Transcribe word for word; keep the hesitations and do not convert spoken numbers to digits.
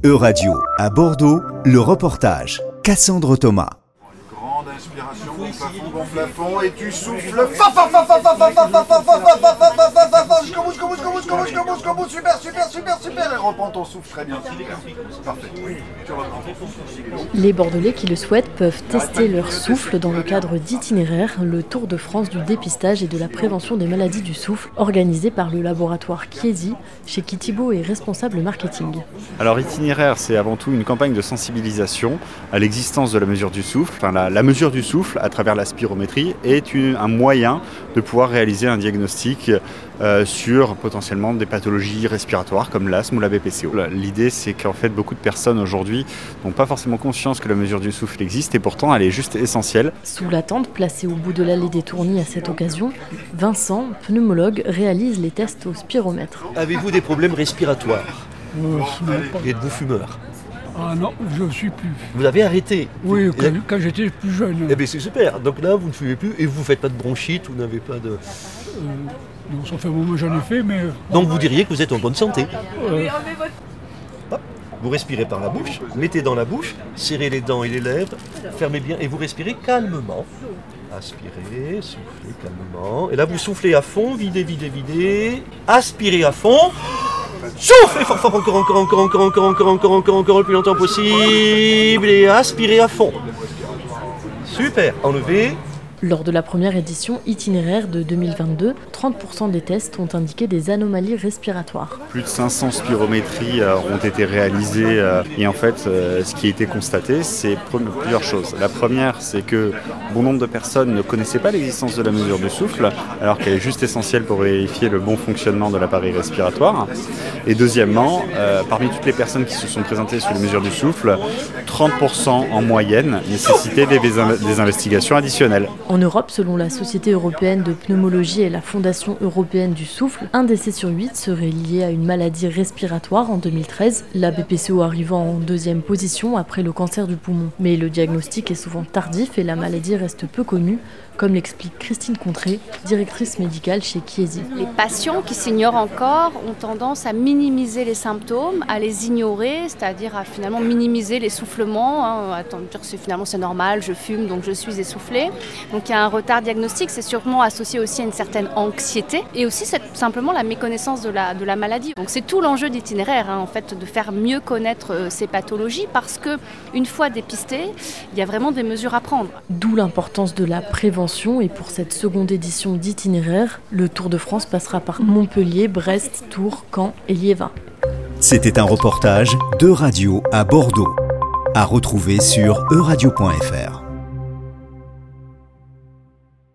E-Radio, à Bordeaux, le reportage. Cassandre Thomas. Grande inspiration, bon plafond, bon plafond, et tu souffles. Fa fa fa fa fa fa fa fa fa fa fa fa fa fa fa fa jusqu'au bout, jusqu'au bout, jusqu'au bout, jusqu'au bout, jusqu'au bout, jusqu'au bout, super, super, super, super, et reprends ton souffle, très bien. Parfait, oui, tu reprends. Les Bordelais qui le souhaitent peuvent tester leur souffle dans le cadre d'itinéraire, le Tour de France du dépistage et de la prévention des maladies du souffle, organisé par le laboratoire Chiesi, chez qui Thibaut est responsable marketing. Alors itinéraire, c'est avant tout une campagne de sensibilisation à l'existence de la mesure du souffle. Enfin, la, la mesure du souffle à travers la spirométrie est une, un moyen de pouvoir réaliser un diagnostic euh, sur potentiellement des pathologies respiratoires comme l'asthme ou la B P C O. L'idée, c'est qu'en fait beaucoup de personnes aujourd'hui n'ont pas forcément conscience que la mesure du souffle existe et pourtant elle est juste essentielle. Sous la tente placée au bout de l'allée des Tournis à cette occasion, Vincent, pneumologue, réalise les tests au spiromètre. Avez-vous des problèmes respiratoires ? Euh, Êtes-vous fumeur ? Ah non, je ne suis plus. Vous avez arrêté ? Oui, quand, Et... quand j'étais plus jeune. Eh bien c'est super, donc là vous ne fumez plus et vous ne faites pas de bronchite, vous n'avez pas de... Euh, non, ça fait un moment que j'en ai fait, mais... Donc vous diriez que vous êtes en bonne santé. Euh... Hop. Vous respirez par la bouche, mettez dans la bouche, serrez les dents et les lèvres, fermez bien et vous respirez calmement. Aspirez, soufflez calmement. Et là vous soufflez à fond, videz, videz, videz. Aspirez à fond. Soufflez fort, fort, encore, encore, encore, encore, encore, encore, encore, encore, encore, le plus longtemps possible. Et aspirez à fond. Super, enlevez. Lors de la première édition itinéraire de deux mille vingt-deux, trente pour cent des tests ont indiqué des anomalies respiratoires. Plus de cinq cents spirométries euh, ont été réalisées euh, et en fait, euh, ce qui a été constaté, c'est plusieurs choses. La première, c'est que bon nombre de personnes ne connaissaient pas l'existence de la mesure du souffle, alors qu'elle est juste essentielle pour vérifier le bon fonctionnement de l'appareil respiratoire. Et deuxièmement, euh, parmi toutes les personnes qui se sont présentées sur les mesures du souffle, trente pour cent en moyenne nécessitaient des, des investigations additionnelles. En Europe, selon la Société européenne de pneumologie et la Fondation européenne du souffle, un décès sur huit serait lié à une maladie respiratoire en deux mille treize, la B P C O arrivant en deuxième position après le cancer du poumon. Mais le diagnostic est souvent tardif et la maladie reste peu connue, comme l'explique Christine Contré, directrice médicale chez Chiesi. Les patients qui s'ignorent encore ont tendance à minimiser les symptômes, à les ignorer, c'est-à-dire à finalement minimiser les soufflements, hein, à dire que c'est, finalement c'est normal, je fume donc je suis essoufflé. Donc il y a un retard diagnostique, c'est sûrement associé aussi à une certaine anxiété et aussi c'est simplement la méconnaissance de la, de la maladie. Donc c'est tout l'enjeu d'itinéraire, hein, en fait, de faire mieux connaître euh, ces pathologies parce qu'une fois dépistées, il y a vraiment des mesures à prendre. D'où l'importance de la prévention. Et pour cette seconde édition d'itinéraire, le Tour de France passera par Montpellier, Brest, Tours, Caen et Liévin. C'était un reportage d'E-Radio à Bordeaux, à retrouver sur e radio point f r.